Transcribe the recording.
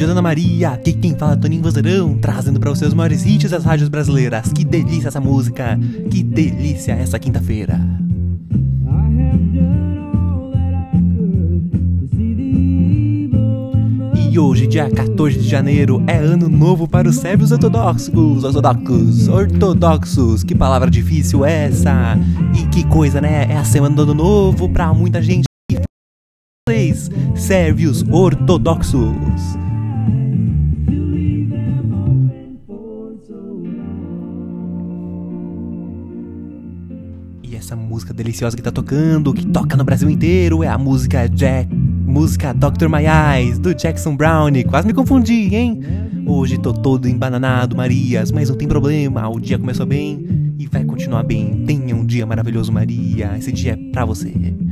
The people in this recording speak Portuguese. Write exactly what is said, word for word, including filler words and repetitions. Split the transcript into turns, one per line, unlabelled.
rádio Dona Maria, aqui quem fala é Toninho Vozeirão, trazendo pra vocês os maiores hits das rádios brasileiras. Que delícia essa música, que delícia essa quinta-feira. E hoje, dia quatorze de janeiro, é ano novo para os sérvios ortodoxos, ortodoxos, ortodoxos. Que palavra difícil é essa? E que coisa, né? É a semana do ano novo pra muita gente. Sérvios ortodoxos. E essa música deliciosa que tá tocando, que toca no Brasil inteiro, é a música Jack, música doutor My Eyes, do Jackson Browne. Quase me confundi, hein? Hoje tô todo embananado, Marias, mas não tem problema, o dia começou bem e vai continuar bem. Tenha um dia maravilhoso, Maria, esse dia é pra você.